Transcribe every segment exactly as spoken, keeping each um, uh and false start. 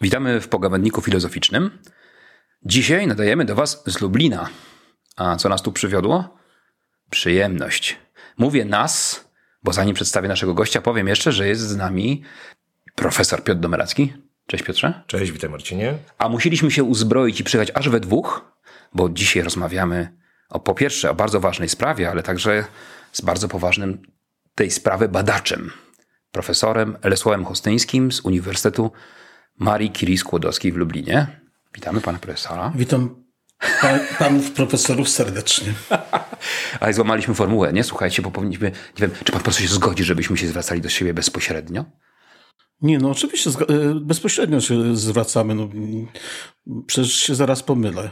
Witamy w Pogawędniku Filozoficznym. Dzisiaj nadajemy do Was z Lublina. A co nas tu przywiodło? Przyjemność. Mówię nas, bo zanim przedstawię naszego gościa, powiem jeszcze, że jest z nami profesor Piotr Domeracki. Cześć Piotrze. Cześć, witaj Marcinie. A musieliśmy się uzbroić i przyjechać aż we dwóch, bo dzisiaj rozmawiamy o, po pierwsze o bardzo ważnej sprawie, ale także z bardzo poważnym tej sprawy badaczem. Profesorem Lesławem Hostyńskim z Uniwersytetu Marii Curie-Skłodowskiej w Lublinie. Witamy pana profesora. Witam pan, panów profesorów serdecznie. Ale złamaliśmy formułę, nie? Słuchajcie, bo powinniśmy... Nie wiem, czy pan profesor się zgodzi, żebyśmy się zwracali do siebie bezpośrednio? Nie, no oczywiście bezpośrednio się zwracamy. No, przecież się zaraz pomylę.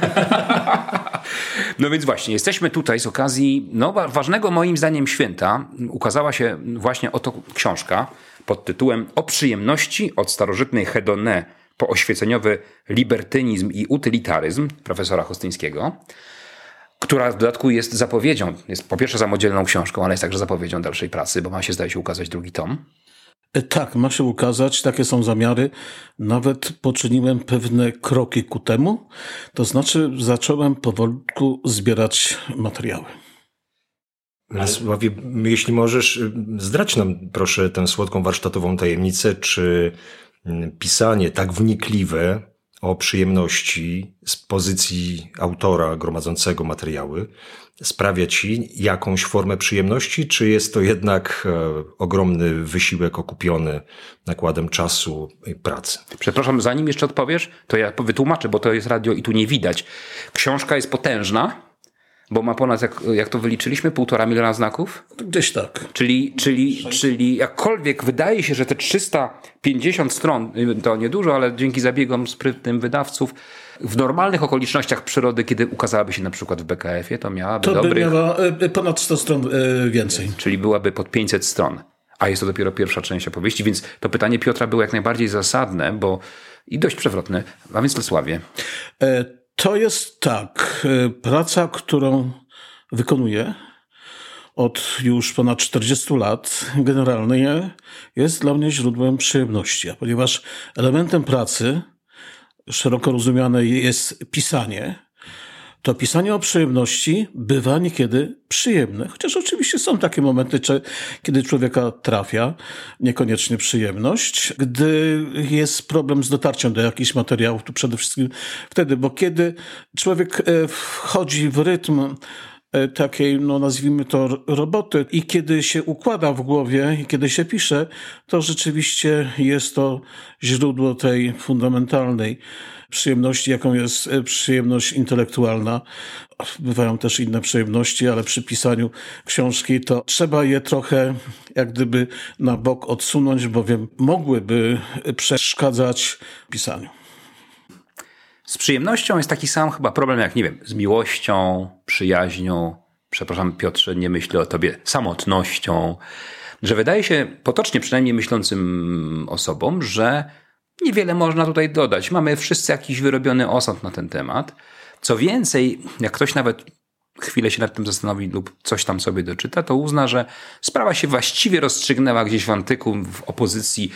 No więc właśnie, jesteśmy tutaj z okazji no, ważnego moim zdaniem święta. Ukazała się właśnie oto książka pod tytułem O przyjemności od starożytnej hedonę po oświeceniowy libertynizm i utylitaryzm profesora Hostyńskiego, która w dodatku jest zapowiedzią, jest po pierwsze samodzielną książką, ale jest także zapowiedzią dalszej pracy, bo ma się, zdaje się, ukazać drugi tom. Tak, ma się ukazać, takie są zamiary. Nawet poczyniłem pewne kroki ku temu, to znaczy zacząłem powolutku zbierać materiały. Lesławie, jeśli możesz, zdradź nam proszę tę słodką warsztatową tajemnicę, czy pisanie tak wnikliwe o przyjemności z pozycji autora gromadzącego materiały sprawia ci jakąś formę przyjemności, czy jest to jednak e, ogromny wysiłek okupiony nakładem czasu i pracy? Przepraszam, zanim jeszcze odpowiesz, to ja wytłumaczę, bo to jest radio i tu nie widać. Książka jest potężna, bo ma ponad, jak, jak to wyliczyliśmy, półtora miliona znaków. Gdzieś tak. Czyli, czyli, czyli jakkolwiek wydaje się, że te trzysta pięćdziesiąt stron to niedużo, ale dzięki zabiegom sprytnym wydawców w normalnych okolicznościach przyrody, kiedy ukazałaby się na przykład w B K F-ie, to miałaby to dobrych... To by miała ponad sto stron więcej. Czyli byłaby pod pięćset stron. A jest to dopiero pierwsza część opowieści, więc to pytanie Piotra było jak najbardziej zasadne, bo i dość przewrotne. A więc Lesławie. E- To jest tak, praca, którą wykonuję od już ponad czterdziestu lat, generalnie jest dla mnie źródłem przyjemności. A ponieważ elementem pracy szeroko rozumiane jest pisanie, to pisanie o przyjemności bywa niekiedy przyjemne. Chociaż oczywiście są takie momenty, kiedy człowieka trafia niekoniecznie przyjemność. Gdy jest problem z dotarciem do jakichś materiałów, to przede wszystkim wtedy, bo kiedy człowiek wchodzi w rytm takiej, no nazwijmy to, roboty i kiedy się układa w głowie i kiedy się pisze, to rzeczywiście jest to źródło tej fundamentalnej przyjemności, jaką jest przyjemność intelektualna. Bywają też inne przyjemności, ale przy pisaniu książki to trzeba je trochę jak gdyby na bok odsunąć, bowiem mogłyby przeszkadzać pisaniu. Z przyjemnością jest taki sam chyba problem jak, nie wiem, z miłością, przyjaźnią, przepraszam Piotrze, nie myślę o tobie, samotnością, że wydaje się potocznie przynajmniej myślącym osobom, że niewiele można tutaj dodać. Mamy wszyscy jakiś wyrobiony osąd na ten temat. Co więcej, jak ktoś nawet chwilę się nad tym zastanowi lub coś tam sobie doczyta, to uzna, że sprawa się właściwie rozstrzygnęła gdzieś w antyku w opozycji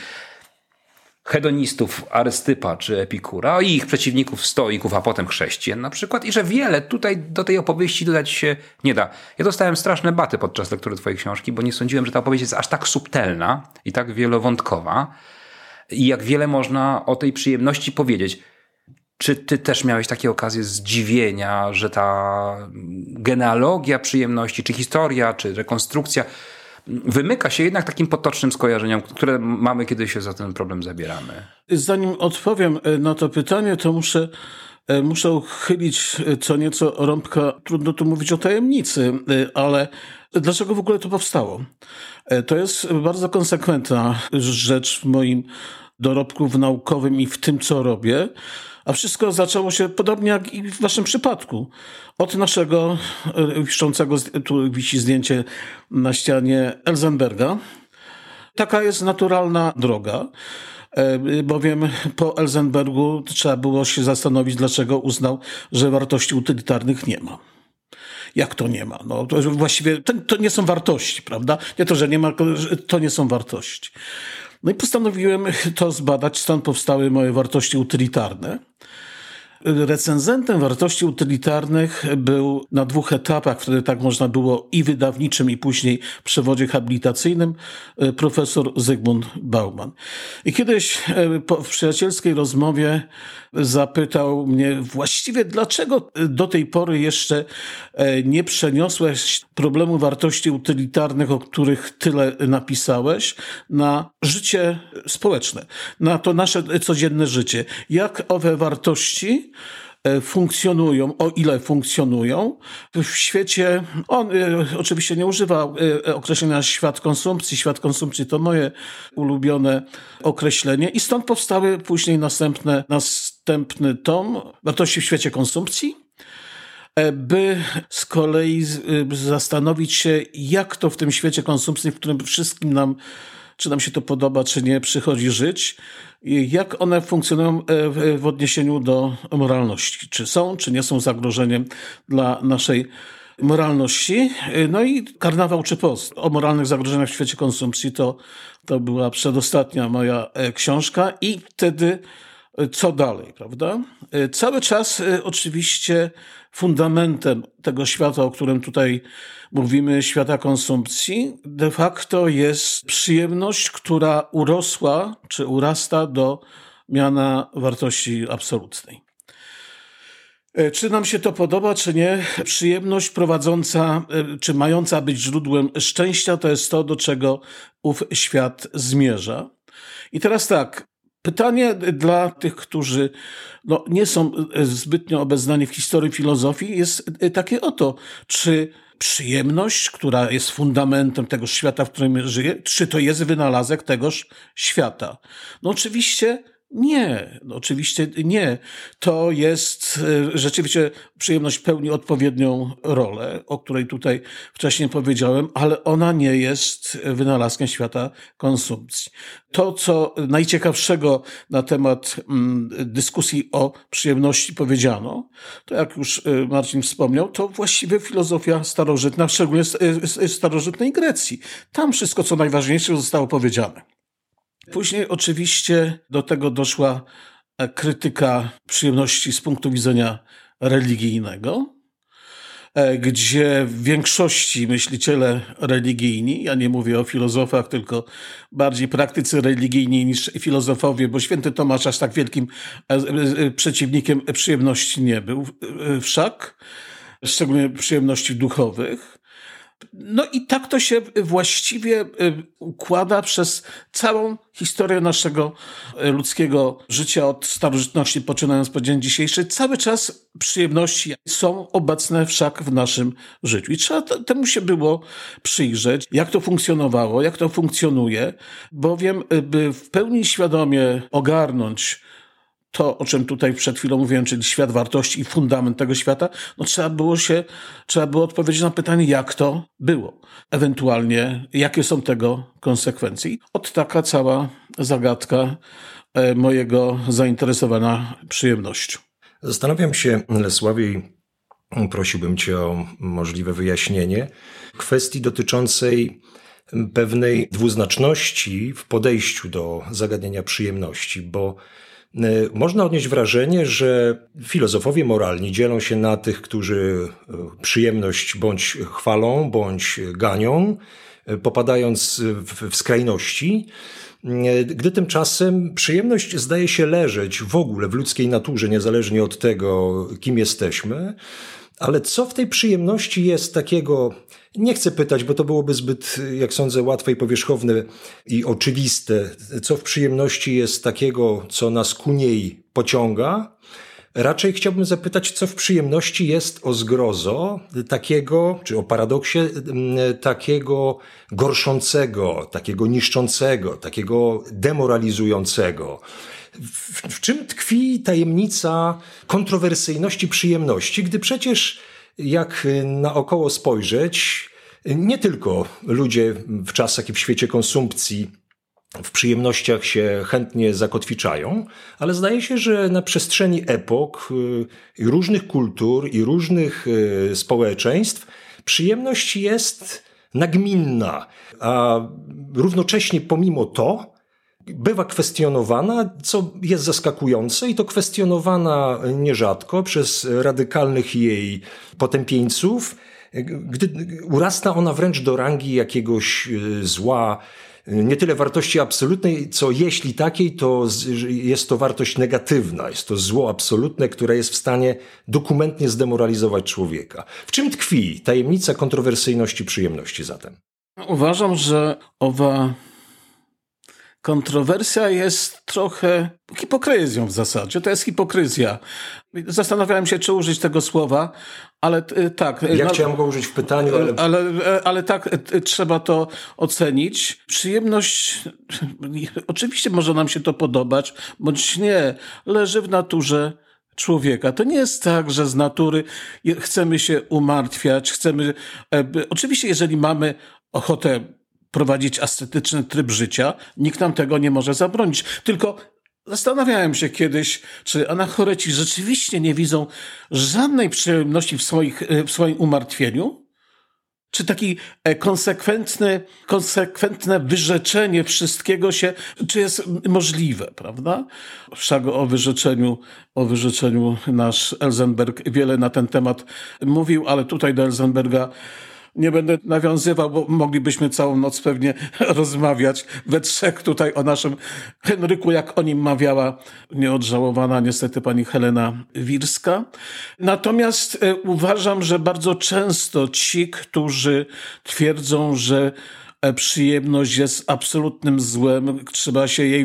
hedonistów Arystypa czy Epikura i ich przeciwników stoików, a potem chrześcijan na przykład, i że wiele tutaj do tej opowieści dodać się nie da. Ja dostałem straszne baty podczas lektury twojej książki, bo nie sądziłem, że ta opowieść jest aż tak subtelna i tak wielowątkowa i jak wiele można o tej przyjemności powiedzieć. Czy ty też miałeś takie okazje zdziwienia, że ta genealogia przyjemności, czy historia, czy rekonstrukcja wymyka się jednak takim potocznym skojarzeniom, które mamy, kiedy się za ten problem zabieramy? Zanim odpowiem na to pytanie, to muszę, muszę uchylić co nieco rąbka, trudno tu mówić o tajemnicy, ale dlaczego w ogóle to powstało? To jest bardzo konsekwentna rzecz w moim dorobku naukowym i w tym, co robię. A wszystko zaczęło się podobnie jak i w waszym przypadku. Od naszego wiszącego, tu wisi zdjęcie na ścianie, Elzenberga. Taka jest naturalna droga, bowiem po Elzenbergu trzeba było się zastanowić, dlaczego uznał, że wartości utylitarnych nie ma. Jak to nie ma? No, to właściwie to, to nie są wartości, prawda? Nie to, że nie ma, to nie są wartości. No i postanowiłem to zbadać, stąd powstały moje wartości utylitarne. Recenzentem wartości utylitarnych był na dwóch etapach, wtedy tak można było, i wydawniczym, i później w przewodzie habilitacyjnym, profesor Zygmunt Bauman. I kiedyś w przyjacielskiej rozmowie zapytał mnie właściwie, dlaczego do tej pory jeszcze nie przeniosłeś problemu wartości utylitarnych, o których tyle napisałeś, na życie społeczne, na to nasze codzienne życie. Jak owe wartości funkcjonują, o ile funkcjonują w świecie. On oczywiście nie używał określenia świat konsumpcji. Świat konsumpcji to moje ulubione określenie i stąd powstały później następne, następny tom wartości w świecie konsumpcji, by z kolei zastanowić się, jak to w tym świecie konsumpcji, w którym wszystkim nam, czy nam się to podoba, czy nie, przychodzi żyć, jak one funkcjonują w odniesieniu do moralności. Czy są, czy nie są zagrożeniem dla naszej moralności. No i Karnawał czy Post o moralnych zagrożeniach w świecie konsumpcji to, to była przedostatnia moja książka i wtedy co dalej, prawda? Cały czas oczywiście fundamentem tego świata, o którym tutaj mówimy, świata konsumpcji, de facto jest przyjemność, która urosła czy urasta do miana wartości absolutnej. Czy nam się to podoba, czy nie, przyjemność prowadząca, czy mająca być źródłem szczęścia, to jest to, do czego ów świat zmierza. I teraz tak, pytanie dla tych, którzy no, nie są zbytnio obeznani w historii filozofii, jest takie oto, czy przyjemność, która jest fundamentem tego świata, w którym żyje, czy to jest wynalazek tegoż świata? No oczywiście nie, no oczywiście nie. To jest rzeczywiście przyjemność pełni odpowiednią rolę, o której tutaj wcześniej powiedziałem, ale ona nie jest wynalazkiem świata konsumpcji. To, co najciekawszego na temat mm, dyskusji o przyjemności powiedziano, to jak już Marcin wspomniał, to właściwie filozofia starożytna, szczególnie z starożytnej Grecji. Tam wszystko, co najważniejsze, zostało powiedziane. Później oczywiście do tego doszła krytyka przyjemności z punktu widzenia religijnego, gdzie w większości myśliciele religijni, ja nie mówię o filozofach, tylko bardziej praktycy religijni niż filozofowie, bo święty Tomasz aż tak wielkim przeciwnikiem przyjemności nie był wszak, szczególnie przyjemności duchowych. No i tak to się właściwie układa przez całą historię naszego ludzkiego życia od starożytności, poczynając po dzień dzisiejszy. Cały czas przyjemności są obecne wszak w naszym życiu. I trzeba temu się było przyjrzeć, jak to funkcjonowało, jak to funkcjonuje, bowiem by w pełni świadomie ogarnąć to, o czym tutaj przed chwilą mówiłem, czyli świat wartości i fundament tego świata, no trzeba było się, trzeba było odpowiedzieć na pytanie, jak to było. Ewentualnie, jakie są tego konsekwencje. Od taka cała zagadka mojego zainteresowania przyjemnością. Zastanawiam się, Lesławie, i prosiłbym cię o możliwe wyjaśnienie kwestii dotyczącej pewnej dwuznaczności w podejściu do zagadnienia przyjemności, bo można odnieść wrażenie, że filozofowie moralni dzielą się na tych, którzy przyjemność bądź chwalą, bądź ganią, popadając w skrajności, gdy tymczasem przyjemność zdaje się leżeć w ogóle w ludzkiej naturze, niezależnie od tego, kim jesteśmy. Ale co w tej przyjemności jest takiego, nie chcę pytać, bo to byłoby zbyt, jak sądzę, łatwe i powierzchowne i oczywiste, co w przyjemności jest takiego, co nas ku niej pociąga. Raczej chciałbym zapytać, co w przyjemności jest o zgrozo takiego, czy o paradoksie takiego gorszącego, takiego niszczącego, takiego demoralizującego. W, w czym tkwi tajemnica kontrowersyjności przyjemności, gdy przecież jak naokoło spojrzeć, nie tylko ludzie w czasach i w świecie konsumpcji w przyjemnościach się chętnie zakotwiczają, ale zdaje się, że na przestrzeni epok i różnych kultur i różnych społeczeństw przyjemność jest nagminna, a równocześnie pomimo to bywa kwestionowana, co jest zaskakujące i to kwestionowana nierzadko przez radykalnych jej potępieńców, gdy urasta ona wręcz do rangi jakiegoś zła, nie tyle wartości absolutnej, co jeśli takiej, to jest to wartość negatywna, jest to zło absolutne, które jest w stanie dokumentnie zdemoralizować człowieka. W czym tkwi tajemnica kontrowersyjności przyjemności zatem? Uważam, że owa kontrowersja jest trochę hipokryzją w zasadzie. To jest hipokryzja. Zastanawiałem się, czy użyć tego słowa, ale tak. Ja no, chciałem go użyć w pytaniu, ale... ale... Ale tak, trzeba to ocenić. Przyjemność, oczywiście może nam się to podobać, bądź nie, leży w naturze człowieka. To nie jest tak, że z natury chcemy się umartwiać, chcemy... Oczywiście, jeżeli mamy ochotę prowadzić ascetyczny tryb życia, nikt nam tego nie może zabronić. Tylko zastanawiałem się kiedyś, czy anachoreci rzeczywiście nie widzą żadnej przyjemności w, swoich, w swoim umartwieniu? Czy taki konsekwentny, konsekwentne wyrzeczenie wszystkiego się, czy jest możliwe, prawda? Wszak o wyrzeczeniu, o wyrzeczeniu nasz Elzenberg wiele na ten temat mówił, ale tutaj do Elzenberga nie będę nawiązywał, bo moglibyśmy całą noc pewnie rozmawiać we trzech tutaj o naszym Henryku, jak o nim mawiała nieodżałowana niestety pani Helena Wirska. Natomiast uważam, że bardzo często ci, którzy twierdzą, że przyjemność jest absolutnym złem, trzeba się jej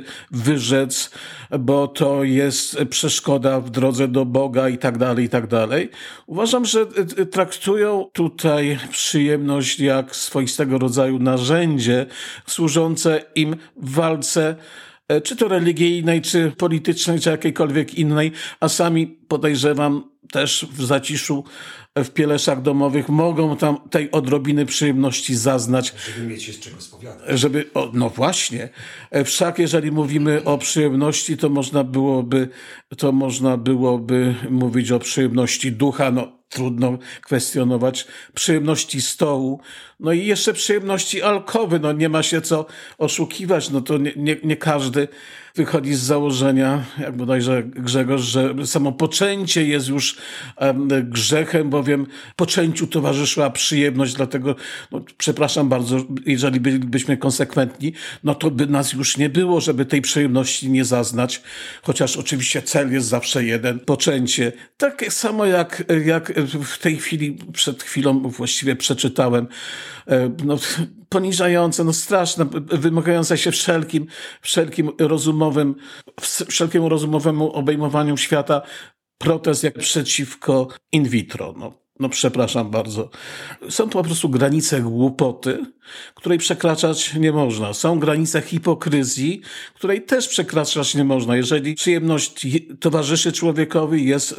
wyrzec, bo to jest przeszkoda w drodze do Boga i tak dalej, i tak dalej. Uważam, że traktują tutaj przyjemność jak swoistego rodzaju narzędzie służące im w walce, czy to religijnej, czy politycznej, czy jakiejkolwiek innej, a sami podejrzewam też w zaciszu, w pieleszach domowych mogą tam tej odrobiny przyjemności zaznać. Żeby mieć się z czego spowiadać. Żeby, o, no właśnie. Wszak jeżeli mówimy o przyjemności, to można byłoby, to można byłoby mówić o przyjemności ducha, no trudno kwestionować, przyjemności stołu, no i jeszcze przyjemności alkowy, no nie ma się co oszukiwać, no to nie, nie, nie każdy wychodzi z założenia, jak bodajże Grzegorz, że samo poczęcie jest już um, grzechem, bowiem poczęciu towarzyszyła przyjemność, dlatego, no, przepraszam bardzo, jeżeli bylibyśmy konsekwentni, no to by nas już nie było, żeby tej przyjemności nie zaznać, chociaż oczywiście cel jest zawsze jeden, poczęcie. Tak samo jak, jak w tej chwili, przed chwilą właściwie przeczytałem, no, poniżające, no straszne, wymagające się wszelkim, wszelkim rozumowym, wszelkiemu rozumowemu obejmowaniu świata protest jak przeciwko in vitro. No, no przepraszam bardzo. Są to po prostu granice głupoty, której przekraczać nie można. Są granice hipokryzji, której też przekraczać nie można. Jeżeli przyjemność towarzyszy człowiekowi, jest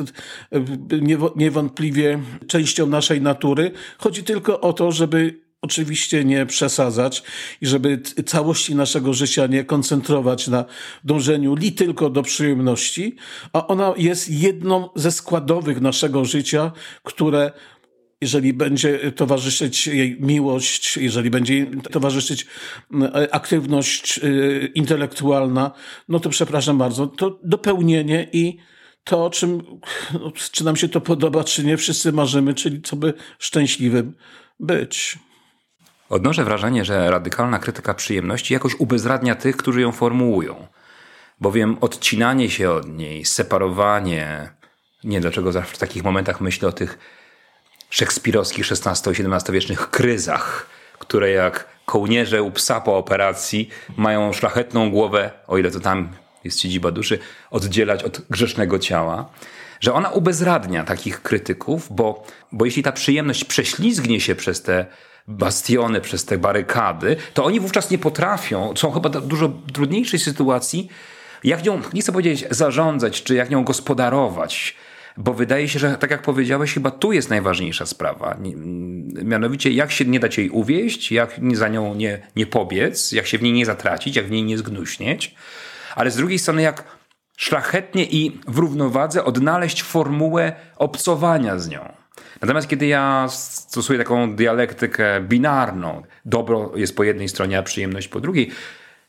niewątpliwie częścią naszej natury, chodzi tylko o to, żeby oczywiście nie przesadzać i żeby całości naszego życia nie koncentrować na dążeniu li tylko do przyjemności, a ona jest jedną ze składowych naszego życia, które jeżeli będzie towarzyszyć jej miłość, jeżeli będzie jej towarzyszyć aktywność intelektualna, no to przepraszam bardzo, to dopełnienie i to, o czym, no, czy nam się to podoba, czy nie, wszyscy marzymy, czyli co by szczęśliwym być. Odnoszę wrażenie, że radykalna krytyka przyjemności jakoś ubezradnia tych, którzy ją formułują. Bowiem odcinanie się od niej, separowanie, nie dlaczego zawsze w takich momentach myślę o tych szekspirowskich szesnasto- i siedemnastowiecznych kryzach, które jak kołnierze u psa po operacji mają szlachetną głowę, o ile to tam jest siedziba duszy, oddzielać od grzesznego ciała. Że ona ubezradnia takich krytyków, bo, bo jeśli ta przyjemność prześlizgnie się przez te bastiony, przez te barykady, to oni wówczas nie potrafią, są chyba w dużo trudniejszej sytuacji, jak nią, nie chcę powiedzieć zarządzać, czy jak nią gospodarować, bo wydaje się, że tak jak powiedziałeś, chyba tu jest najważniejsza sprawa. Mianowicie, jak się nie dać jej uwieść, jak za nią nie, nie pobiec, jak się w niej nie zatracić, jak w niej nie zgnuśnieć, ale z drugiej strony, jak szlachetnie i w równowadze odnaleźć formułę obcowania z nią. Natomiast kiedy ja stosuję taką dialektykę binarną, dobro jest po jednej stronie, a przyjemność po drugiej,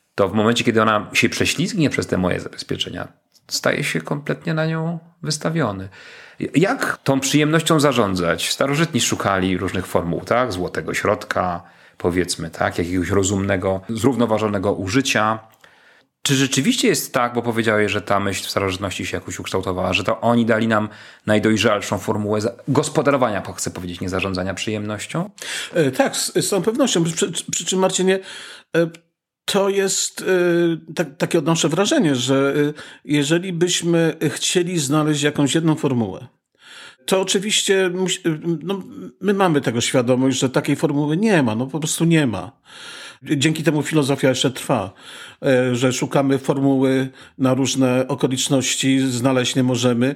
to w momencie, kiedy ona się prześlizgnie przez te moje zabezpieczenia, staje się kompletnie na nią wystawiony. Jak tą przyjemnością zarządzać? Starożytni szukali różnych formuł, tak? Złotego środka, powiedzmy, tak? Jakiegoś rozumnego, zrównoważonego użycia. Czy rzeczywiście jest tak, bo powiedziałeś, że ta myśl w starożytności się jakoś ukształtowała, że to oni dali nam najdojrzalszą formułę gospodarowania, chcę powiedzieć, nie zarządzania przyjemnością? E, tak, z, z całą pewnością. Przy, przy czym, Marcinie, e, to jest, e, tak, takie odnoszę wrażenie, że e, jeżeli byśmy chcieli znaleźć jakąś jedną formułę, to oczywiście no, my mamy tego świadomość, że takiej formuły nie ma, no po prostu nie ma. Dzięki temu filozofia jeszcze trwa, że szukamy formuły na różne okoliczności, znaleźć nie możemy.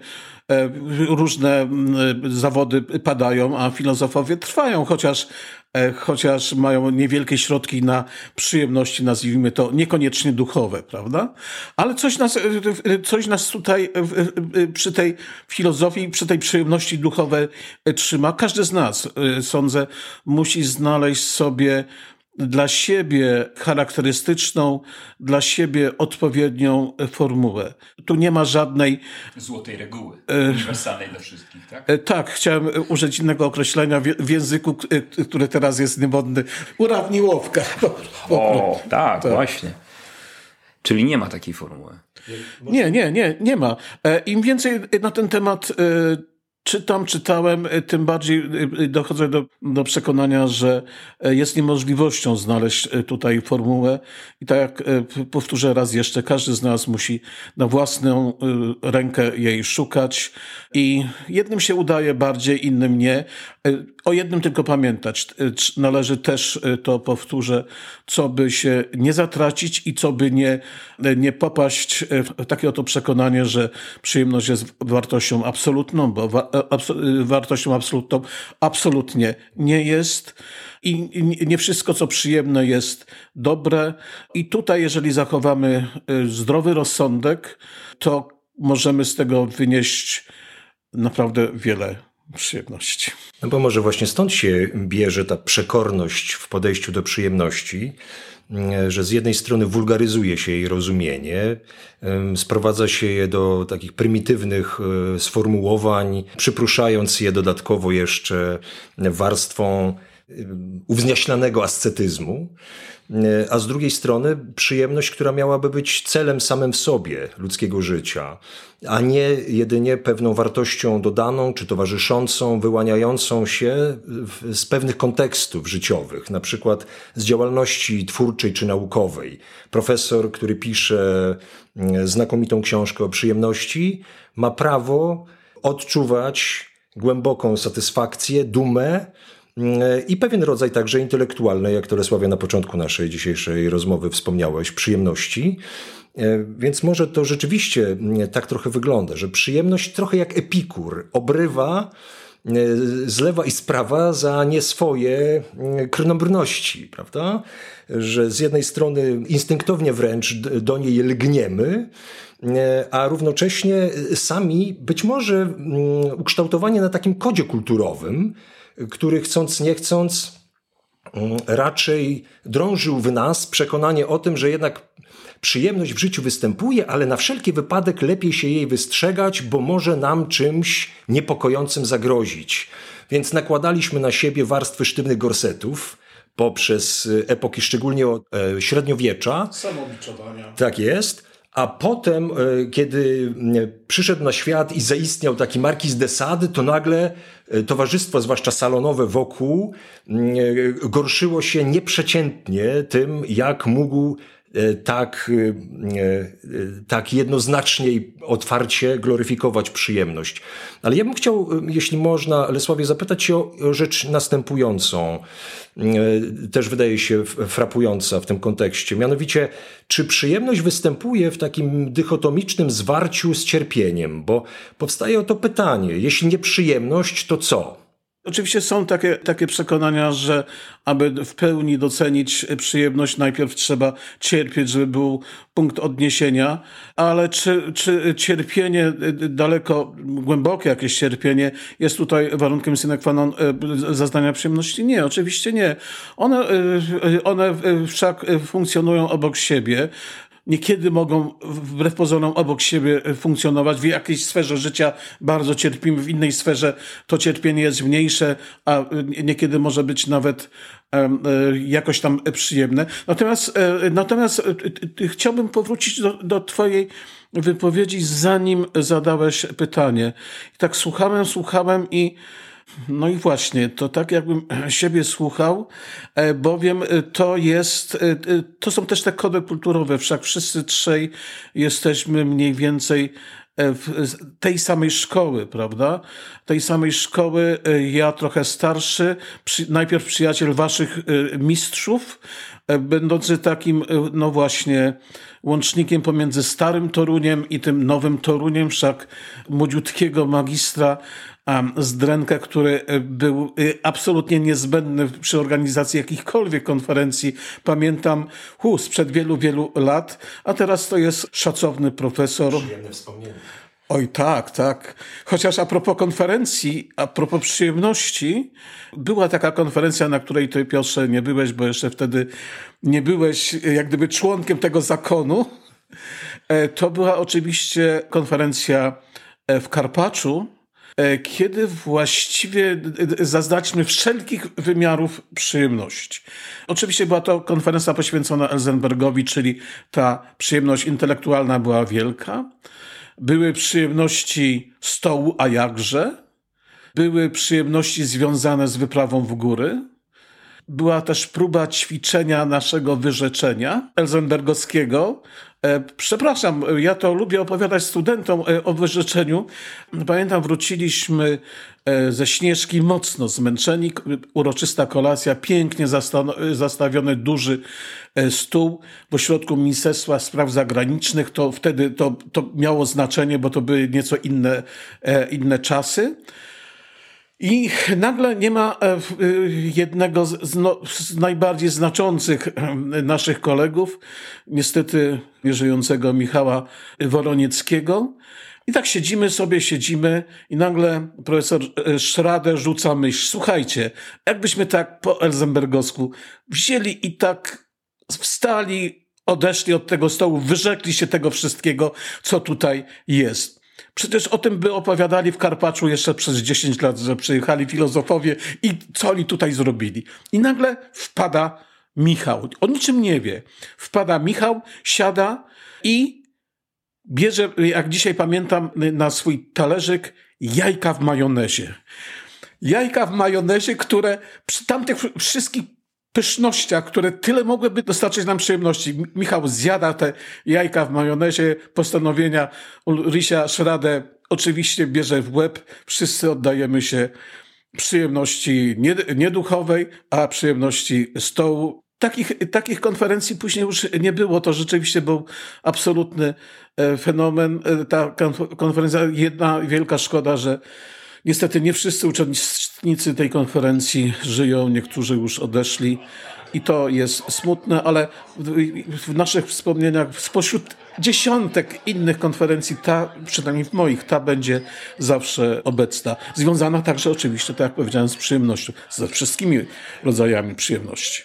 Różne zawody padają, a filozofowie trwają, chociaż, chociaż mają niewielkie środki na przyjemności, nazwijmy to niekoniecznie duchowe, prawda? Ale coś nas, coś nas tutaj przy tej filozofii, przy tej przyjemności duchowej trzyma. Każdy z nas, sądzę, musi znaleźć sobie dla siebie charakterystyczną, dla siebie odpowiednią formułę. Tu nie ma żadnej złotej reguły, uniwersalnej dla wszystkich, tak? Tak, chciałem użyć innego określenia w języku, który teraz jest niemodny. Urawniłowka. O, tak, tak, właśnie. Czyli nie ma takiej formuły. Nie, nie, nie, nie ma. Im więcej na ten temat czytam, czytałem, tym bardziej dochodzę do, do przekonania, że jest niemożliwością znaleźć tutaj formułę i tak jak powtórzę raz jeszcze, każdy z nas musi na własną rękę jej szukać i jednym się udaje bardziej, innym nie. O jednym tylko pamiętać, należy też, to powtórzę, co by się nie zatracić i co by nie, nie popaść w takie oto przekonanie, że przyjemność jest wartością absolutną, bo wa- abso- wartością absolutną absolutnie nie jest i nie wszystko, co przyjemne, jest dobre. I tutaj, jeżeli zachowamy zdrowy rozsądek, to możemy z tego wynieść naprawdę wiele przyjemności. No bo może właśnie stąd się bierze ta przekorność w podejściu do przyjemności, że z jednej strony wulgaryzuje się jej rozumienie, sprowadza się je do takich prymitywnych sformułowań, przypruszając je dodatkowo jeszcze warstwą uwznieślanego ascetyzmu, a z drugiej strony przyjemność, która miałaby być celem samym w sobie ludzkiego życia, a nie jedynie pewną wartością dodaną czy towarzyszącą, wyłaniającą się z pewnych kontekstów życiowych, na przykład z działalności twórczej czy naukowej. Profesor, który pisze znakomitą książkę o przyjemności, ma prawo odczuwać głęboką satysfakcję, dumę i pewien rodzaj także intelektualnej, jak to Lesławie na początku naszej dzisiejszej rozmowy wspomniałeś, przyjemności. Więc może to rzeczywiście tak trochę wygląda, że przyjemność trochę jak Epikur obrywa z lewa i z prawa za nie swoje krnąbrności, prawda? Że z jednej strony instynktownie wręcz do niej lgniemy, a równocześnie sami być może ukształtowani na takim kodzie kulturowym, który chcąc nie chcąc raczej drążył w nas przekonanie o tym, że jednak przyjemność w życiu występuje, ale na wszelki wypadek lepiej się jej wystrzegać, bo może nam czymś niepokojącym zagrozić. Więc nakładaliśmy na siebie warstwy sztywnych gorsetów poprzez epoki szczególnie średniowiecza. Samobiczowania. Tak jest. A potem, kiedy przyszedł na świat i zaistniał taki Marquis de Sade, to nagle towarzystwo, zwłaszcza salonowe wokół, gorszyło się nieprzeciętnie tym, jak mógł tak, tak jednoznacznie i otwarcie gloryfikować przyjemność. Ale ja bym chciał, jeśli można, Lesławie, zapytać się o, o rzecz następującą. Też wydaje się frapująca w tym kontekście. Mianowicie, czy przyjemność występuje w takim dychotomicznym zwarciu z cierpieniem? Bo powstaje oto pytanie, jeśli nie przyjemność, to co? Oczywiście są takie, takie przekonania, że aby w pełni docenić przyjemność, najpierw trzeba cierpieć, żeby był punkt odniesienia, ale czy, czy cierpienie, daleko głębokie jakieś cierpienie jest tutaj warunkiem sine qua non zaznania przyjemności? Nie, oczywiście nie. One, one wszak funkcjonują obok siebie. Niekiedy mogą wbrew pozorom obok siebie funkcjonować. W jakiejś sferze życia bardzo cierpimy, w innej sferze to cierpienie jest mniejsze, a niekiedy może być nawet jakoś tam przyjemne. Natomiast, natomiast chciałbym powrócić do, do twojej wypowiedzi, zanim zadałeś pytanie. I tak słuchałem, słuchałem i no i właśnie, to tak jakbym siebie słuchał, bowiem to jest, to są też te kody kulturowe, wszak wszyscy trzej jesteśmy mniej więcej tej samej szkoły, prawda? Tej samej szkoły, ja trochę starszy, przy, najpierw przyjaciel waszych mistrzów, będący takim, no właśnie, łącznikiem pomiędzy starym Toruniem i tym nowym Toruniem, wszak młodziutkiego magistra z Drenka, który był absolutnie niezbędny przy organizacji jakichkolwiek konferencji. Pamiętam, hu, sprzed wielu, wielu lat, a teraz to jest szacowny profesor. Przyjemne wspomnienie. Oj tak, tak. Chociaż a propos konferencji, a propos przyjemności, była taka konferencja, na której ty, Piotrze, nie byłeś, bo jeszcze wtedy nie byłeś jak gdyby członkiem tego zakonu. To była oczywiście konferencja w Karpaczu, kiedy właściwie zaznaliśmy wszelkich wymiarów przyjemności. Oczywiście była to konferencja poświęcona Elzenbergowi, czyli ta przyjemność intelektualna była wielka. Były przyjemności stołu, a jakże. Były przyjemności związane z wyprawą w góry. Była też próba ćwiczenia naszego wyrzeczenia elzenbergowskiego. Przepraszam, ja to lubię opowiadać studentom o wyrzeczeniu. Pamiętam, wróciliśmy ze Śnieżki mocno zmęczeni. Uroczysta kolacja, pięknie zastawiony duży stół w ośrodku Ministerstwa Spraw Zagranicznych. To wtedy to, to miało znaczenie, bo to były nieco inne, inne czasy. I nagle nie ma jednego z, no, z najbardziej znaczących naszych kolegów, niestety nieżyjącego Michała Woronieckiego. I tak siedzimy sobie, siedzimy i nagle profesor Schrader rzuca myśl. Słuchajcie, jakbyśmy tak po elzenbergowsku wzięli i tak wstali, odeszli od tego stołu, wyrzekli się tego wszystkiego, co tutaj jest. Przecież o tym by opowiadali w Karpaczu jeszcze przez dziesięć lat, że przyjechali filozofowie i co oni tutaj zrobili. I nagle wpada Michał. O niczym nie wie. Wpada Michał, siada i bierze, jak dzisiaj pamiętam, na swój talerzyk jajka w majonezie. Jajka w majonezie, które przy tamtych wszystkich pysznościach, które tyle mogłyby dostarczyć nam przyjemności. Michał zjada te jajka w majonezie, postanowienia Ulricha Schrader oczywiście bierze w łeb. Wszyscy oddajemy się przyjemności nie duchowej, a przyjemności stołu. Takich, takich konferencji później już nie było. To rzeczywiście był absolutny fenomen. Ta konferencja, jedna wielka szkoda, że niestety nie wszyscy uczestnicy tej konferencji żyją, niektórzy już odeszli i to jest smutne, ale w naszych wspomnieniach spośród dziesiątek innych konferencji ta, przynajmniej w moich, ta będzie zawsze obecna. Związana także oczywiście, tak jak powiedziałem, z przyjemnością, ze wszystkimi rodzajami przyjemności.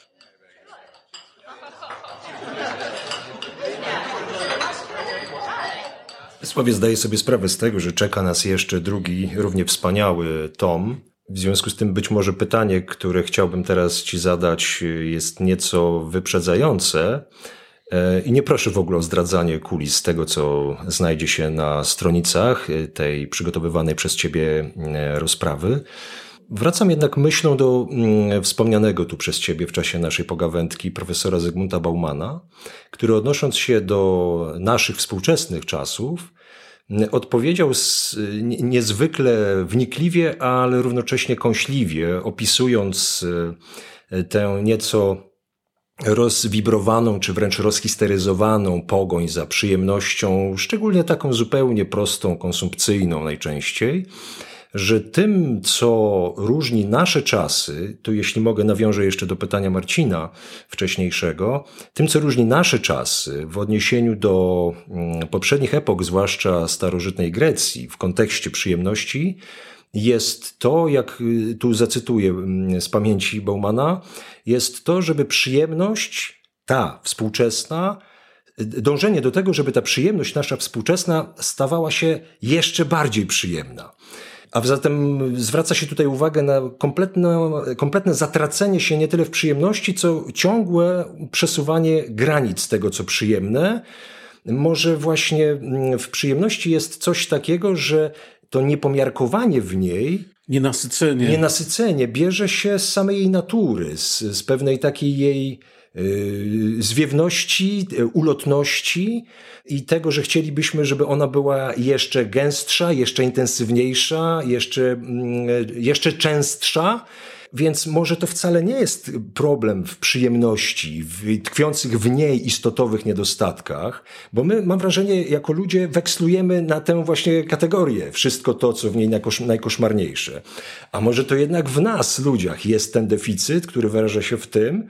Sławie zdaje sobie sprawę z tego, że czeka nas jeszcze drugi, równie wspaniały tom. W związku z tym być może pytanie, które chciałbym teraz ci zadać, jest nieco wyprzedzające i nie proszę w ogóle o zdradzanie kulis tego, co znajdzie się na stronicach tej przygotowywanej przez ciebie rozprawy. Wracam jednak myślą do wspomnianego tu przez ciebie w czasie naszej pogawędki profesora Zygmunta Baumana, który odnosząc się do naszych współczesnych czasów, odpowiedział niezwykle wnikliwie, ale równocześnie kąśliwie, opisując tę nieco rozwibrowaną, czy wręcz rozhisteryzowaną pogoń za przyjemnością, szczególnie taką zupełnie prostą, konsumpcyjną najczęściej, że tym, co różni nasze czasy, to jeśli mogę nawiążę jeszcze do pytania Marcina wcześniejszego, tym, co różni nasze czasy w odniesieniu do poprzednich epok, zwłaszcza starożytnej Grecji, w kontekście przyjemności, jest to, jak tu zacytuję z pamięci Baumana, jest to, żeby przyjemność, ta współczesna, dążenie do tego, żeby ta przyjemność nasza współczesna stawała się jeszcze bardziej przyjemna. A zatem zwraca się tutaj uwagę na kompletne, kompletne zatracenie się nie tyle w przyjemności, co ciągłe przesuwanie granic tego, co przyjemne. Może właśnie w przyjemności jest coś takiego, że to niepomiarkowanie w niej, nienasycenie, nienasycenie bierze się z samej jej natury, z, z pewnej takiej jej zwiewności, ulotności i tego, że chcielibyśmy, żeby ona była jeszcze gęstsza, jeszcze intensywniejsza, jeszcze, jeszcze częstsza. Więc może to wcale nie jest problem w przyjemności, w tkwiących w niej istotowych niedostatkach, bo my, mam wrażenie, jako ludzie wekslujemy na tę właśnie kategorię, wszystko to, co w niej najkoszmarniejsze. A może to jednak w nas, ludziach, jest ten deficyt, który wyraża się w tym,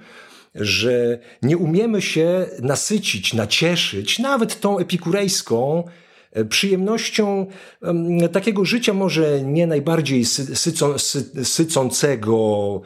że nie umiemy się nasycić, nacieszyć nawet tą epikurejską przyjemnością takiego życia może nie najbardziej sycą, sy, sycącego,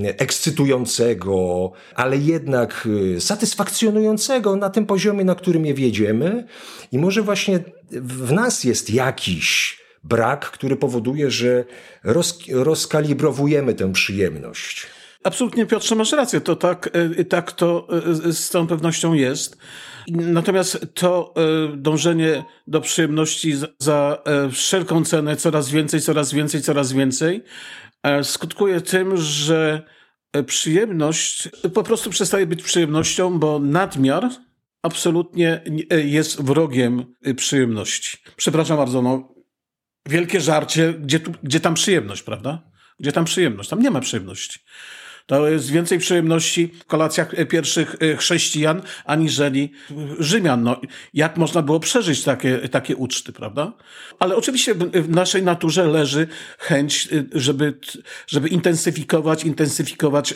ekscytującego, ale jednak satysfakcjonującego na tym poziomie, na którym je wiedziemy. I może właśnie w nas jest jakiś brak, który powoduje, że roz, rozkalibrowujemy tę przyjemność. Absolutnie, Piotrze, masz rację. To tak, tak to z całą pewnością jest. Natomiast to dążenie do przyjemności za wszelką cenę, coraz więcej, coraz więcej, coraz więcej, skutkuje tym, że przyjemność po prostu przestaje być przyjemnością, bo nadmiar absolutnie jest wrogiem przyjemności. Przepraszam bardzo, no wielkie żarcie, gdzie, tu, gdzie tam przyjemność, prawda? Gdzie tam przyjemność? Tam nie ma przyjemności. To jest więcej przyjemności w kolacjach pierwszych chrześcijan, aniżeli Rzymian. No, jak można było przeżyć takie, takie uczty, prawda? Ale oczywiście w naszej naturze leży chęć, żeby, żeby intensyfikować, intensyfikować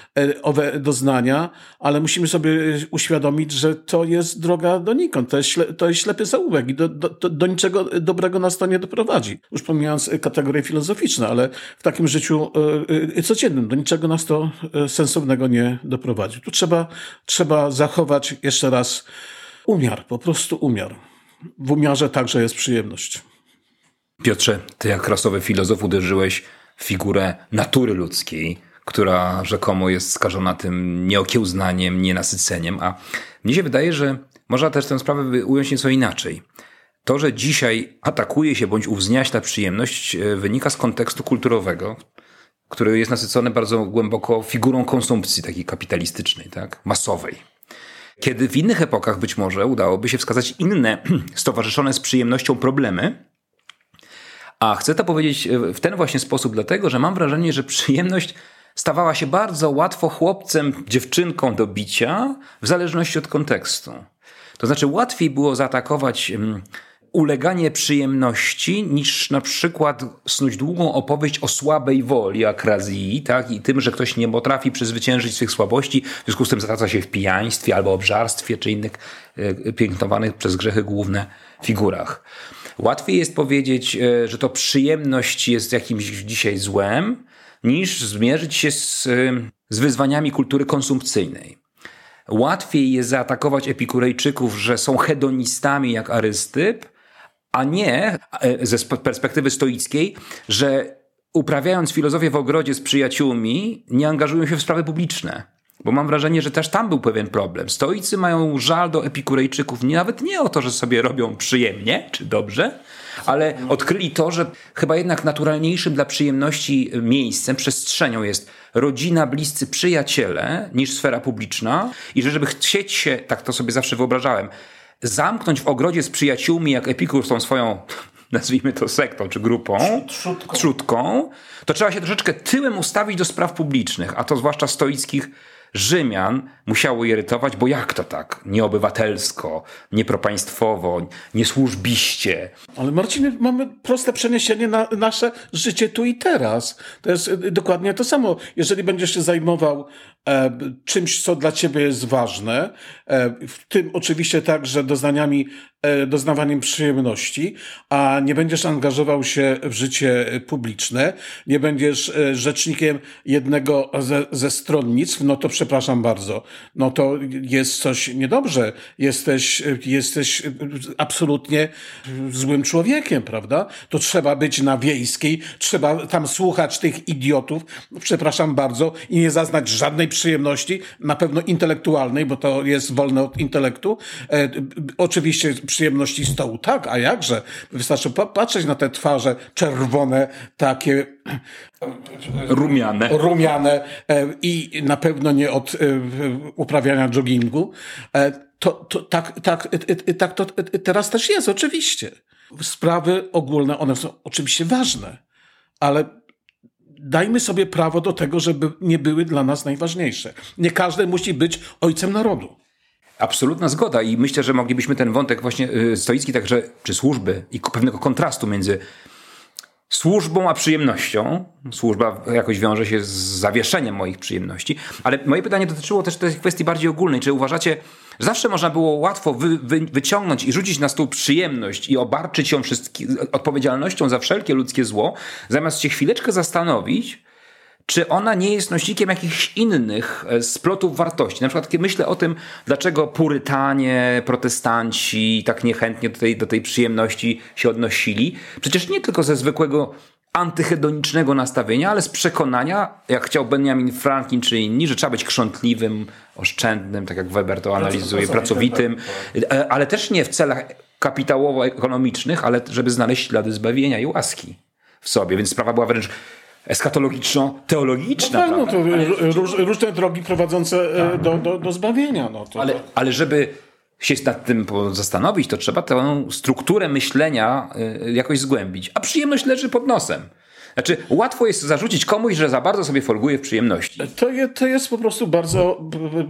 owe doznania, ale musimy sobie uświadomić, że to jest droga donikąd, to jest, śle, to jest ślepy zaułek i do, do, do niczego dobrego nas to nie doprowadzi. Już pomijając kategorie filozoficzne, ale w takim życiu codziennym do niczego nas to sensownego nie doprowadzi. Tu trzeba, trzeba zachować jeszcze raz umiar, po prostu umiar. W umiarze także jest przyjemność. Piotrze, ty jak rasowy filozof uderzyłeś w figurę natury ludzkiej, która rzekomo jest skażona tym nieokiełznaniem, nienasyceniem, a mnie się wydaje, że można też tę sprawę ująć nieco inaczej. To, że dzisiaj atakuje się bądź uwzniaśla przyjemność, wynika z kontekstu kulturowego, który jest nasycony bardzo głęboko figurą konsumpcji takiej kapitalistycznej, tak, masowej. Kiedy w innych epokach być może udałoby się wskazać inne stowarzyszone z przyjemnością problemy, a chcę to powiedzieć w ten właśnie sposób dlatego, że mam wrażenie, że przyjemność stawała się bardzo łatwo chłopcem, dziewczynką do bicia w zależności od kontekstu. To znaczy łatwiej było zaatakować uleganie przyjemności niż na przykład snuć długą opowieść o słabej woli akrazji, tak? I tym, że ktoś nie potrafi przezwyciężyć swych słabości, w związku z tym zatraca się w pijaństwie albo obżarstwie czy innych e, piętnowanych przez grzechy główne figurach. Łatwiej jest powiedzieć, e, że to przyjemność jest jakimś dzisiaj złem, niż zmierzyć się z, e, z wyzwaniami kultury konsumpcyjnej. Łatwiej jest zaatakować epikurejczyków, że są hedonistami jak Arystyp, a nie ze perspektywy stoickiej, że uprawiając filozofię w ogrodzie z przyjaciółmi nie angażują się w sprawy publiczne. Bo mam wrażenie, że też tam był pewien problem. Stoicy mają żal do epikurejczyków nie, nawet nie o to, że sobie robią przyjemnie czy dobrze, ale odkryli to, że chyba jednak naturalniejszym dla przyjemności miejscem, przestrzenią jest rodzina, bliscy przyjaciele niż sfera publiczna i że żeby chcieć się, tak to sobie zawsze wyobrażałem, zamknąć w ogrodzie z przyjaciółmi, jak Epikur z tą swoją, nazwijmy to sektą czy grupą, trzutką, trzutką, to trzeba się troszeczkę tyłem ustawić do spraw publicznych, a to zwłaszcza stoickich Rzymian musiało irytować, bo jak to tak? Nieobywatelsko, niepropaństwowo, niesłużbiście. Ale Marcin, mamy proste przeniesienie na nasze życie tu i teraz. To jest dokładnie to samo. Jeżeli będziesz się zajmował e, czymś, co dla ciebie jest ważne, e, w tym oczywiście także doznaniami, e, doznawaniem przyjemności, a nie będziesz angażował się w życie publiczne, nie będziesz e, rzecznikiem jednego ze, ze stronnictw, no to przepraszam bardzo, no to jest coś niedobrze. Jesteś, jesteś absolutnie złym człowiekiem, prawda? To trzeba być na Wiejskiej, trzeba tam słuchać tych idiotów, przepraszam bardzo, i nie zaznać żadnej przyjemności, na pewno intelektualnej, bo to jest wolne od intelektu. E, oczywiście przyjemności stołu, tak, a jakże? Wystarczy patrzeć na te twarze czerwone, takie Rumiane. rumiane e, i na pewno nie od e, uprawiania joggingu. E, to, to, tak, tak, e, tak to teraz też jest, oczywiście. Sprawy ogólne, one są oczywiście ważne, ale dajmy sobie prawo do tego, żeby nie były dla nas najważniejsze. Nie każdy musi być ojcem narodu. Absolutna zgoda i myślę, że moglibyśmy ten wątek właśnie stoicki także, czy służby i pewnego kontrastu między służbą a przyjemnością. Służba jakoś wiąże się z zawieszeniem moich przyjemności, ale moje pytanie dotyczyło też tej kwestii bardziej ogólnej. Czy uważacie, że zawsze można było łatwo wy, wy, wyciągnąć i rzucić na stół przyjemność i obarczyć ją wszystki, odpowiedzialnością za wszelkie ludzkie zło, zamiast się chwileczkę zastanowić, czy ona nie jest nośnikiem jakichś innych splotów wartości? Na przykład myślę o tym, dlaczego purytanie, protestanci tak niechętnie do tej, do tej przyjemności się odnosili. Przecież nie tylko ze zwykłego antyhedonicznego nastawienia, ale z przekonania, jak chciał Benjamin Franklin czy inni, że trzeba być krzątliwym, oszczędnym, tak jak Weber to analizuje, pracowitym, ale też nie w celach kapitałowo-ekonomicznych, ale żeby znaleźć ślady zbawienia i łaski w sobie. Więc sprawa była wręcz eskatologiczno-teologiczna. No tak, no to róż, różne drogi prowadzące do, do, do zbawienia. No to, ale, ale żeby się nad tym zastanowić, to trzeba tę strukturę myślenia jakoś zgłębić. A przyjemność leży pod nosem. Znaczy, łatwo jest zarzucić komuś, że za bardzo sobie folguje w przyjemności. To, je, to jest po prostu bardzo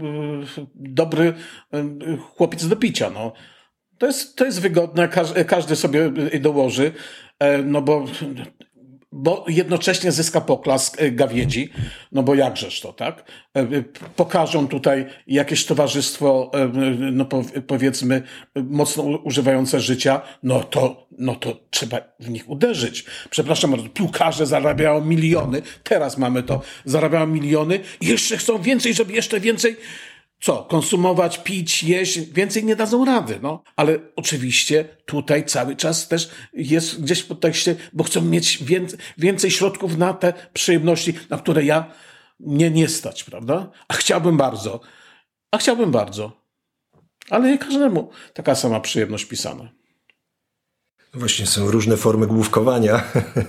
dobry chłopiec do picia. No. To jest, to jest wygodne, każdy, każdy sobie dołoży, no bo... bo jednocześnie zyska poklask gawiedzi, no bo jakżeż to, tak? Pokażą tutaj jakieś towarzystwo, no powiedzmy, mocno używające życia, no to, no to trzeba w nich uderzyć. Przepraszam bardzo, piłkarze zarabiają miliony, teraz mamy to, zarabiają miliony i jeszcze chcą więcej, żeby jeszcze więcej co? Konsumować, pić, jeść, więcej nie dadzą rady, no. Ale oczywiście tutaj cały czas też jest gdzieś w podtekście, bo chcą mieć więcej, więcej środków na te przyjemności, na które ja mnie nie stać, prawda? A chciałbym bardzo. A chciałbym bardzo. Ale nie każdemu taka sama przyjemność pisana. Właśnie są różne formy główkowania.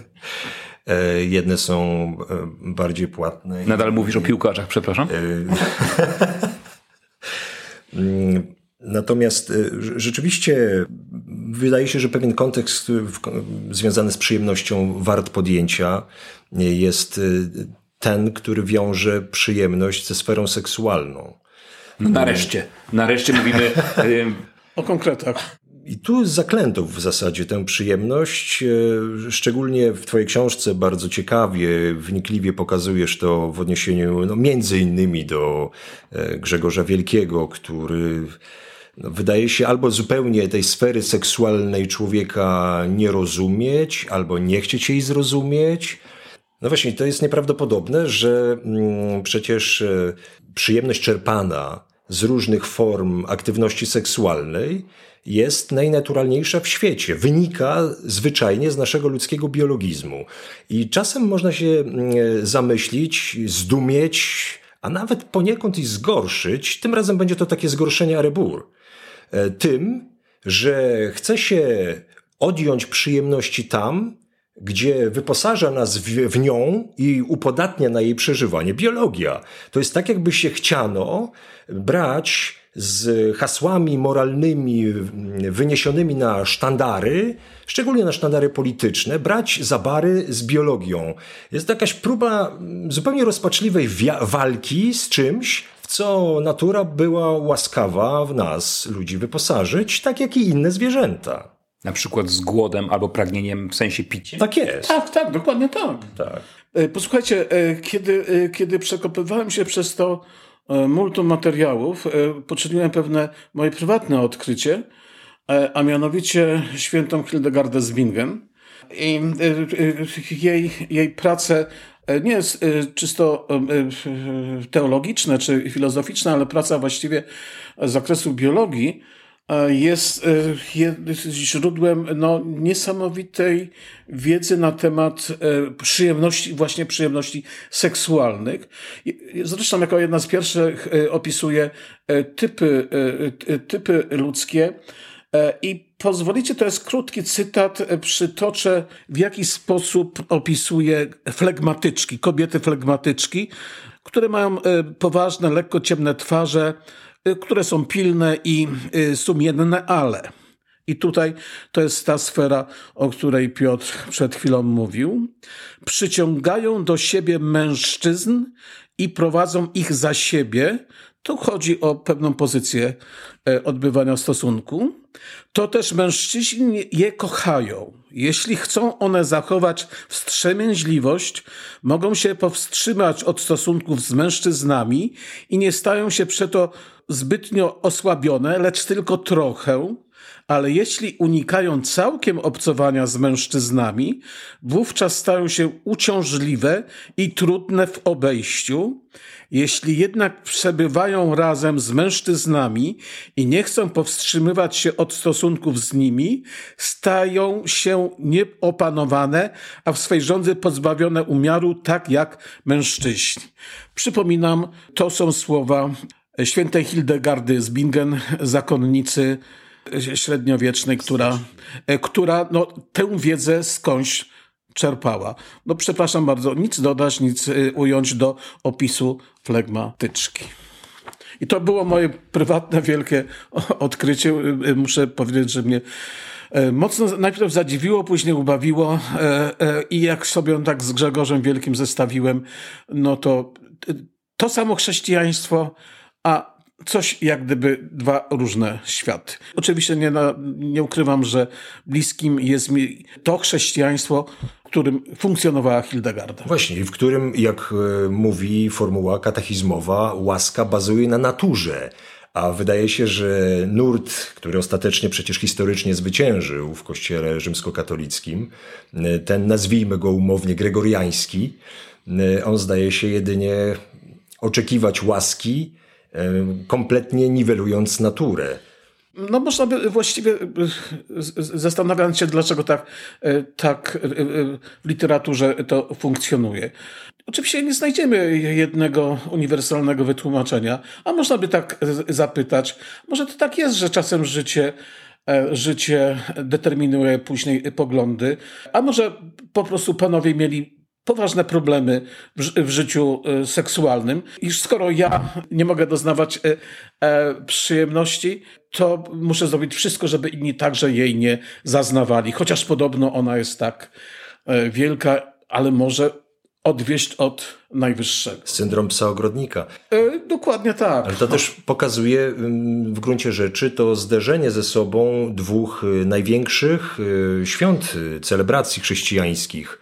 Jedne są bardziej płatne. Nadal mówisz o piłkarzach, przepraszam. Natomiast rzeczywiście wydaje się, że pewien kontekst związany z przyjemnością wart podjęcia jest ten, który wiąże przyjemność ze sferą seksualną. No nareszcie. Nareszcie mówimy o konkretach. I tu zaklęto w zasadzie tę przyjemność. Szczególnie w twojej książce bardzo ciekawie, wnikliwie pokazujesz to w odniesieniu no, między innymi do Grzegorza Wielkiego, który no, wydaje się albo zupełnie tej sfery seksualnej człowieka nie rozumieć, albo nie chcieć jej zrozumieć. No właśnie, to jest nieprawdopodobne, że mm, przecież przyjemność czerpana z różnych form aktywności seksualnej jest najnaturalniejsza w świecie. Wynika zwyczajnie z naszego ludzkiego biologizmu. I czasem można się zamyślić, zdumieć, a nawet poniekąd i zgorszyć. Tym razem będzie to takie zgorszenie à rebours. Tym, że chce się odjąć przyjemności tam, gdzie wyposaża nas w, w nią i upodatnia na jej przeżywanie biologia. To jest tak, jakby się chciano brać z hasłami moralnymi wyniesionymi na sztandary, szczególnie na sztandary polityczne, brać za bary z biologią. Jest to jakaś próba zupełnie rozpaczliwej walki z czymś, w co natura była łaskawa w nas, ludzi, wyposażyć, tak jak i inne zwierzęta. Na przykład z głodem albo pragnieniem w sensie picia? Tak jest. Tak, tak, dokładnie tak. Tak. Posłuchajcie, kiedy, kiedy przekopywałem się przez to multum materiałów, poczyniłem pewne moje prywatne odkrycie, a mianowicie świętą Hildegardę z Bingen i jej, jej prace nie jest czysto teologiczne czy filozoficzne, ale praca właściwie z zakresu biologii jest, jest źródłem no, niesamowitej wiedzy na temat przyjemności, właśnie przyjemności seksualnych. Zresztą jako jedna z pierwszych opisuje typy, typy ludzkie. I pozwolicie, to jest krótki cytat, przytoczę w jaki sposób opisuje flegmatyczki, kobiety flegmatyczki, które mają poważne, lekko ciemne twarze, które są pilne i sumienne, ale. I tutaj to jest ta sfera, o której Piotr przed chwilą mówił. Przyciągają do siebie mężczyzn i prowadzą ich za siebie. Tu chodzi o pewną pozycję odbywania stosunku. To też mężczyźni je kochają. Jeśli chcą one zachować wstrzemięźliwość, mogą się powstrzymać od stosunków z mężczyznami i nie stają się przeto zbytnio osłabione, lecz tylko trochę, ale jeśli unikają całkiem obcowania z mężczyznami, wówczas stają się uciążliwe i trudne w obejściu. Jeśli jednak przebywają razem z mężczyznami i nie chcą powstrzymywać się od stosunków z nimi, stają się nieopanowane, a w swej żądzy pozbawione umiaru, tak jak mężczyźni. Przypominam, to są słowa świętej Hildegardy z Bingen, zakonnicy średniowiecznej, która, która no, tę wiedzę skądś czerpała. No przepraszam bardzo, nic dodać, nic ująć do opisu flegmatyczki. I to było moje prywatne, wielkie odkrycie. Muszę powiedzieć, że mnie mocno najpierw zadziwiło, później ubawiło i jak sobie tak z Grzegorzem Wielkim zestawiłem, no to to samo chrześcijaństwo, a coś jak gdyby dwa różne światy. Oczywiście nie, nie ukrywam, że bliskim jest mi to chrześcijaństwo, w którym funkcjonowała Hildegarda. Właśnie, w którym, jak mówi formuła katechizmowa, łaska bazuje na naturze. A wydaje się, że nurt, który ostatecznie przecież historycznie zwyciężył w kościele rzymskokatolickim, ten nazwijmy go umownie gregoriański, on zdaje się jedynie oczekiwać łaski, kompletnie niwelując naturę. No można by właściwie, zastanawiając się, dlaczego tak, tak w literaturze to funkcjonuje. Oczywiście nie znajdziemy jednego uniwersalnego wytłumaczenia, a można by tak zapytać, może to tak jest, że czasem życie, życie determinuje później poglądy, a może po prostu panowie mieli poważne problemy w, w życiu seksualnym. I skoro ja nie mogę doznawać e, e, przyjemności, to muszę zrobić wszystko, żeby inni także jej nie zaznawali. Chociaż podobno ona jest tak e, wielka, ale może odwieść od najwyższego. Syndrom psa ogrodnika. E, dokładnie tak. Ale to też pokazuje w gruncie rzeczy to zderzenie ze sobą dwóch największych świąt, celebracji chrześcijańskich.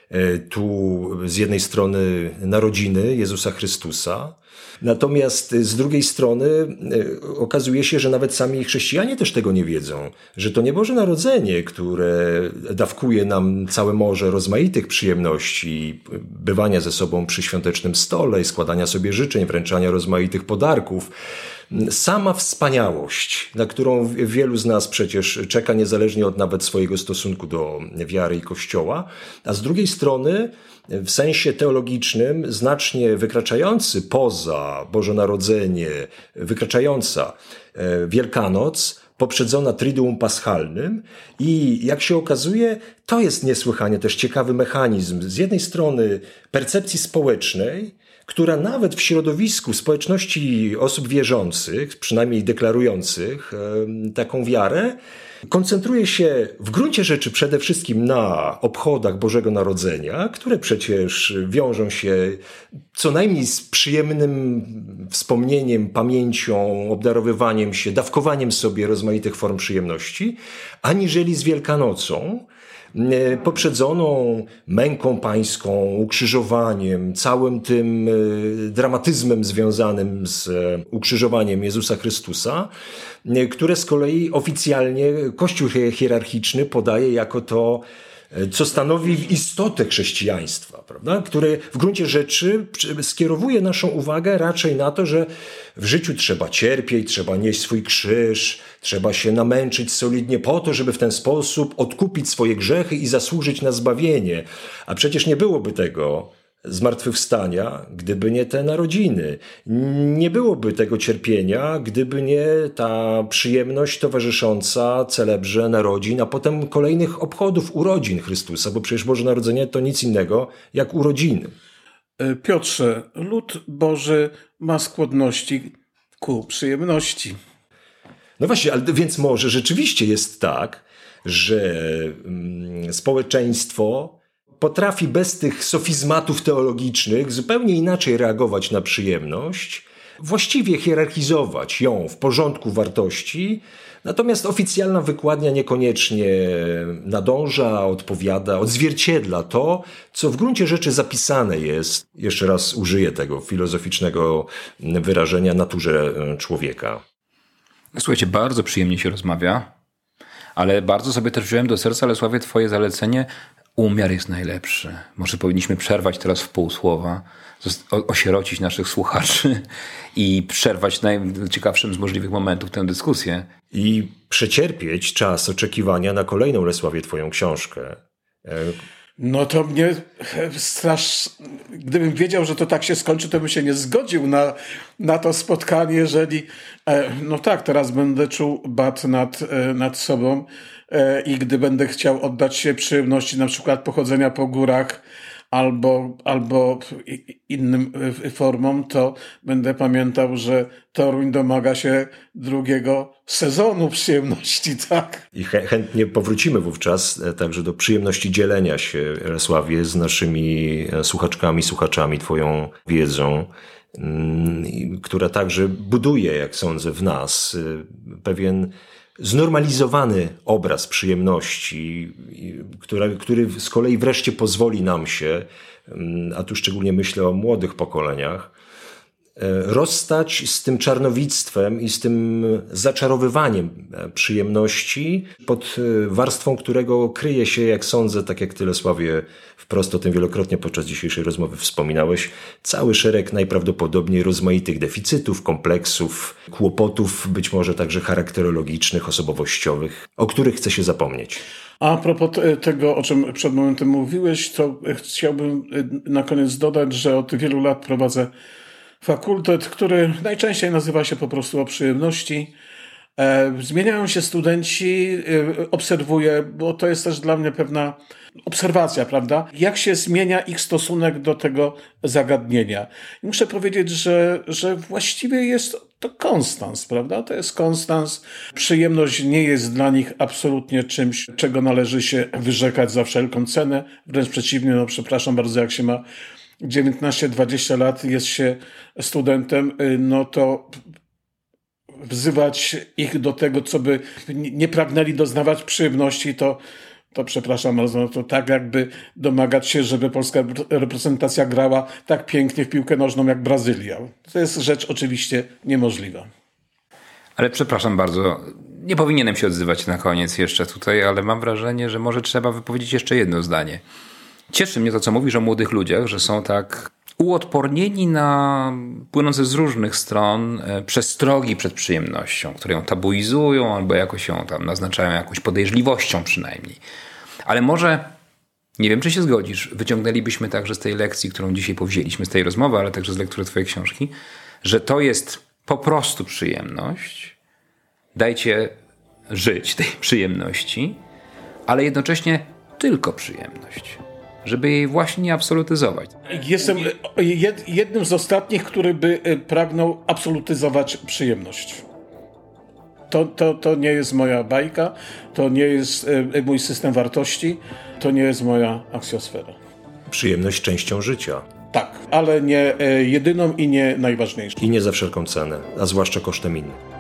Tu z jednej strony narodziny Jezusa Chrystusa, natomiast z drugiej strony okazuje się, że nawet sami chrześcijanie też tego nie wiedzą, że to nie Boże Narodzenie, które dawkuje nam całe morze rozmaitych przyjemności, bywania ze sobą przy świątecznym stole i składania sobie życzeń, wręczania rozmaitych podarków. Sama wspaniałość, na którą wielu z nas przecież czeka niezależnie od nawet swojego stosunku do wiary i Kościoła, a z drugiej strony w sensie teologicznym znacznie wykraczający poza Boże Narodzenie, wykraczająca Wielkanoc, poprzedzona Triduum Paschalnym i jak się okazuje, to jest niesłychanie też ciekawy mechanizm z jednej strony percepcji społecznej, która nawet w środowisku społeczności osób wierzących, przynajmniej deklarujących taką wiarę, koncentruje się w gruncie rzeczy przede wszystkim na obchodach Bożego Narodzenia, które przecież wiążą się co najmniej z przyjemnym wspomnieniem, pamięcią, obdarowywaniem się, dawkowaniem sobie rozmaitych form przyjemności, aniżeli z Wielkanocą, poprzedzoną męką pańską, ukrzyżowaniem, całym tym dramatyzmem związanym z ukrzyżowaniem Jezusa Chrystusa, które z kolei oficjalnie Kościół hierarchiczny podaje jako to, co stanowi istotę chrześcijaństwa, prawda? Które w gruncie rzeczy skierowuje naszą uwagę raczej na to, że w życiu trzeba cierpieć, trzeba nieść swój krzyż, trzeba się namęczyć solidnie po to, żeby w ten sposób odkupić swoje grzechy i zasłużyć na zbawienie. A przecież nie byłoby tego zmartwychwstania, gdyby nie te narodziny. Nie byłoby tego cierpienia, gdyby nie ta przyjemność towarzysząca celebrze narodzin, a potem kolejnych obchodów urodzin Chrystusa, bo przecież Boże Narodzenie to nic innego jak urodziny. Piotrze, lud Boży ma skłonności ku przyjemności. No właśnie, ale więc może rzeczywiście jest tak, że mm, społeczeństwo potrafi bez tych sofizmatów teologicznych zupełnie inaczej reagować na przyjemność, właściwie hierarchizować ją w porządku wartości, natomiast oficjalna wykładnia niekoniecznie nadąża, odpowiada, odzwierciedla to, co w gruncie rzeczy zapisane jest, jeszcze raz użyję tego filozoficznego wyrażenia, naturze człowieka. Słuchajcie, bardzo przyjemnie się rozmawia, ale bardzo sobie też wziąłem do serca, Lesławie, twoje zalecenie. Umiar jest najlepszy. Może powinniśmy przerwać teraz w pół słowa, osierocić naszych słuchaczy i przerwać najciekawszym z możliwych momentów tę dyskusję. I przecierpieć czas oczekiwania na kolejną, Lesławie, twoją książkę. No to mnie strasz... Gdybym wiedział, że to tak się skończy, to bym się nie zgodził na, na to spotkanie, jeżeli... No tak, teraz będę czuł bat nad, nad sobą i gdy będę chciał oddać się przyjemności na przykład pochodzenia po górach albo, albo innym formom, to będę pamiętał, że Toruń domaga się drugiego sezonu przyjemności, tak? I chętnie powrócimy wówczas także do przyjemności dzielenia się, Lesławie, z naszymi słuchaczkami, słuchaczami, twoją wiedzą, która także buduje, jak sądzę, w nas pewien znormalizowany obraz przyjemności, który, który z kolei wreszcie pozwoli nam się, a tu szczególnie myślę o młodych pokoleniach, rozstać z tym czarnowictwem i z tym zaczarowywaniem przyjemności, pod warstwą którego kryje się, jak sądzę, tak jak ty, Lesławie, wprost o tym wielokrotnie podczas dzisiejszej rozmowy wspominałeś, cały szereg najprawdopodobniej rozmaitych deficytów, kompleksów, kłopotów, być może także charakterologicznych, osobowościowych, o których chce się zapomnieć. A propos tego, o czym przed momentem mówiłeś, to chciałbym na koniec dodać, że od wielu lat prowadzę fakultet, który najczęściej nazywa się po prostu o przyjemności. Zmieniają się studenci, obserwuję, bo to jest też dla mnie pewna obserwacja, prawda? Jak się zmienia ich stosunek do tego zagadnienia. I muszę powiedzieć, że, że właściwie jest to konstans, prawda? To jest konstans. Przyjemność nie jest dla nich absolutnie czymś, czego należy się wyrzekać za wszelką cenę. Wręcz przeciwnie, no przepraszam bardzo, jak się ma dziewiętnaście dwadzieścia lat, jest się studentem, no to wzywać ich do tego, co by nie pragnęli doznawać przyjemności, to, to przepraszam bardzo, no to tak jakby domagać się, żeby polska reprezentacja grała tak pięknie w piłkę nożną jak Brazylia. To jest rzecz oczywiście niemożliwa. Ale przepraszam bardzo, nie powinienem się odzywać na koniec jeszcze tutaj, ale mam wrażenie, że może trzeba wypowiedzieć jeszcze jedno zdanie. Cieszy mnie to, co mówisz o młodych ludziach, że są tak uodpornieni na płynące z różnych stron przestrogi przed przyjemnością, które ją tabuizują albo jakoś ją tam naznaczają jakąś podejrzliwością przynajmniej. Ale może, nie wiem, czy się zgodzisz, wyciągnęlibyśmy także z tej lekcji, którą dzisiaj powzięliśmy, z tej rozmowy, ale także z lektury twojej książki, że to jest po prostu przyjemność. Dajcie żyć tej przyjemności, ale jednocześnie tylko przyjemność, żeby jej właśnie nie absolutyzować. Jestem jednym z ostatnich, który by pragnął absolutyzować przyjemność. To, to, to nie jest moja bajka, to nie jest e, mój system wartości, to nie jest moja aksjosfera. Przyjemność częścią życia. Tak, ale nie e, jedyną i nie najważniejszą. I nie za wszelką cenę, a zwłaszcza kosztem innych.